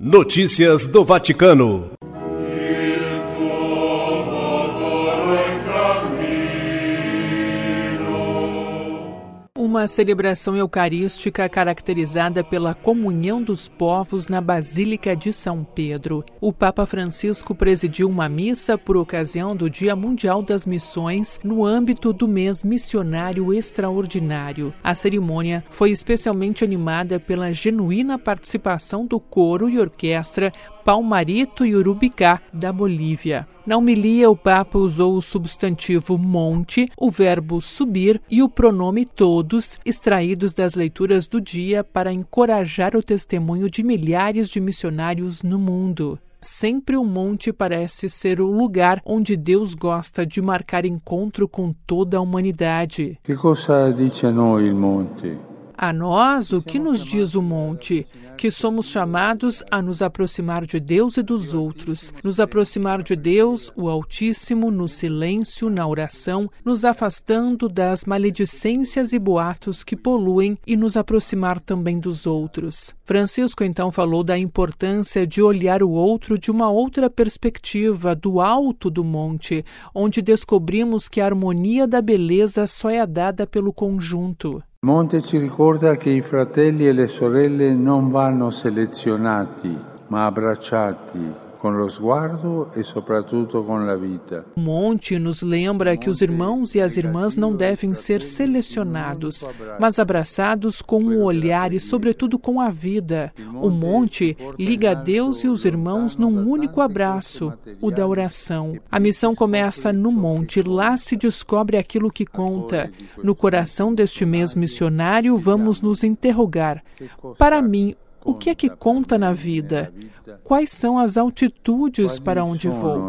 Notícias do Vaticano. Uma celebração eucarística caracterizada pela comunhão dos povos na Basílica de São Pedro. O Papa Francisco presidiu uma missa por ocasião do Dia Mundial das Missões no âmbito do mês missionário extraordinário. A cerimônia foi especialmente animada pela genuína participação do coro e orquestra Palmarito e Urubicá, da Bolívia. Na homilia, o Papa usou o substantivo monte, o verbo subir e o pronome todos, extraídos das leituras do dia para encorajar o testemunho de milhares de missionários no mundo. Sempre o monte parece ser o lugar onde Deus gosta de marcar encontro com toda a humanidade. Que cosa dice a noi il monte? A nós, o que nos diz o monte? Que somos chamados a nos aproximar de Deus e dos outros. Nos aproximar de Deus, o Altíssimo, no silêncio, na oração, nos afastando das maledicências e boatos que poluem e nos aproximar também dos outros. Francisco então falou da importância de olhar o outro de uma outra perspectiva, do alto do monte, onde descobrimos que a harmonia da beleza só é dada pelo conjunto. Il monte ci ricorda che i fratelli e le sorelle non vanno selezionati, ma abbracciati con lo sguardo e soprattutto con la vita. O monte nos lembra que os irmãos e as irmãs não devem ser selecionados, mas abraçados com o olhar e, sobretudo, com a vida. O monte liga a Deus e os irmãos num único abraço, o da oração. A missão começa no monte, lá se descobre aquilo que conta. No coração deste mês missionário, vamos nos interrogar. Para mim, o que é que conta na vida? Quais são as altitudes para onde vou?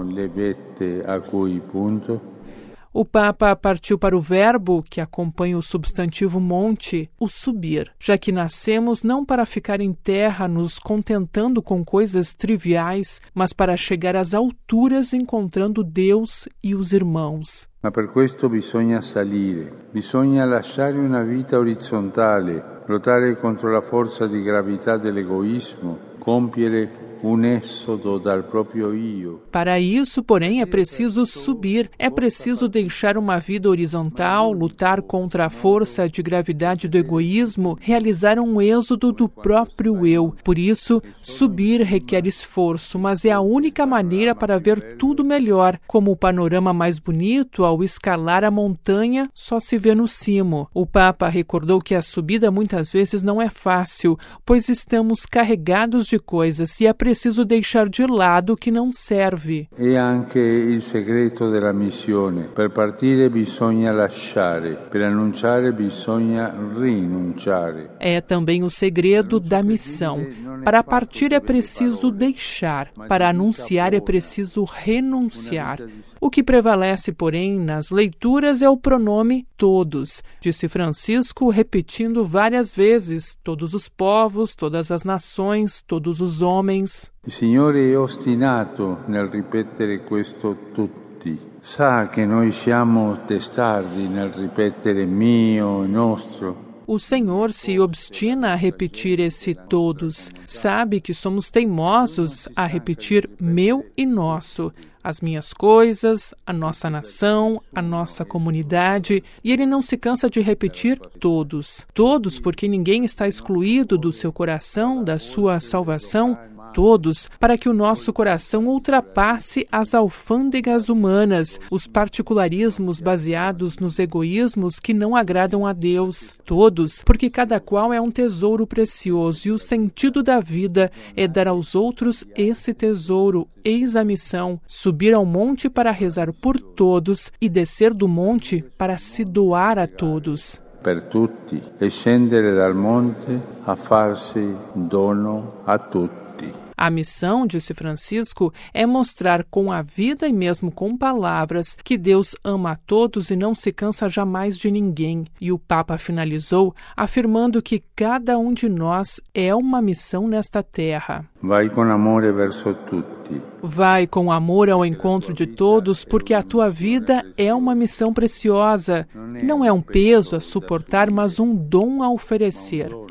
O Papa partiu para o verbo, que acompanha o substantivo monte, o subir, já que nascemos não para ficar em terra nos contentando com coisas triviais, mas para chegar às alturas encontrando Deus e os irmãos. Ma per questo bisogna salire, bisogna lasciare una vita orizzontale, lottare contro la forza di gravità dell'egoismo, compiere un êxodo dal próprio io. Para isso, porém, é preciso subir, é preciso deixar uma vida horizontal, lutar contra a força de gravidade do egoísmo, realizar um êxodo do próprio eu. Por isso, subir requer esforço, mas é a única maneira para ver tudo melhor. Como o panorama mais bonito, ao escalar a montanha, só se vê no cimo. O Papa recordou que a subida muitas vezes não é fácil, pois estamos carregados de coisas e é preciso deixar de lado o que não serve. É anche il segreto della missione. Per partire bisogna lasciare, per annunciare bisogna rinunciare. É também o segredo da missão. Para partir é preciso deixar, para anunciar é preciso renunciar. O que prevalece, porém, nas leituras é o pronome todos, disse Francisco, repetindo várias vezes: todos os povos, todas as nações, todos os homens. Il Signore è ostinato nel ripetere questo tutti. Sa che noi siamo testardi nel ripetere mio e nostro. O Senhor se obstina a repetir esse todos. Sabe que somos teimosos a repetir meu e nosso. As minhas coisas, a nossa nação, a nossa comunidade, e ele não se cansa de repetir todos. Todos, porque ninguém está excluído do seu coração, da sua salvação. Todos, para que o nosso coração ultrapasse as alfândegas humanas, os particularismos baseados nos egoísmos que não agradam a Deus. Todos, porque cada qual é um tesouro precioso e o sentido da vida é dar aos outros esse tesouro. Eis a missão: subir ao monte para rezar por todos e descer do monte para se doar a todos. Per tutti, e scendere dal monte a farsi dono a tutti. A missão, disse Francisco, é mostrar com a vida e mesmo com palavras que Deus ama a todos e não se cansa jamais de ninguém. E o Papa finalizou afirmando que cada um de nós é uma missão nesta terra. Vai com amore verso tutti. Vai com amor ao encontro de todos, porque a tua vida é uma missão preciosa. Não é um peso a suportar, mas um dom a oferecer.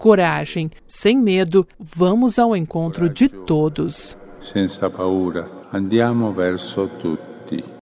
Coragem, sem medo, vamos ao encontro de todos. Senza paura, andiamo verso tutti.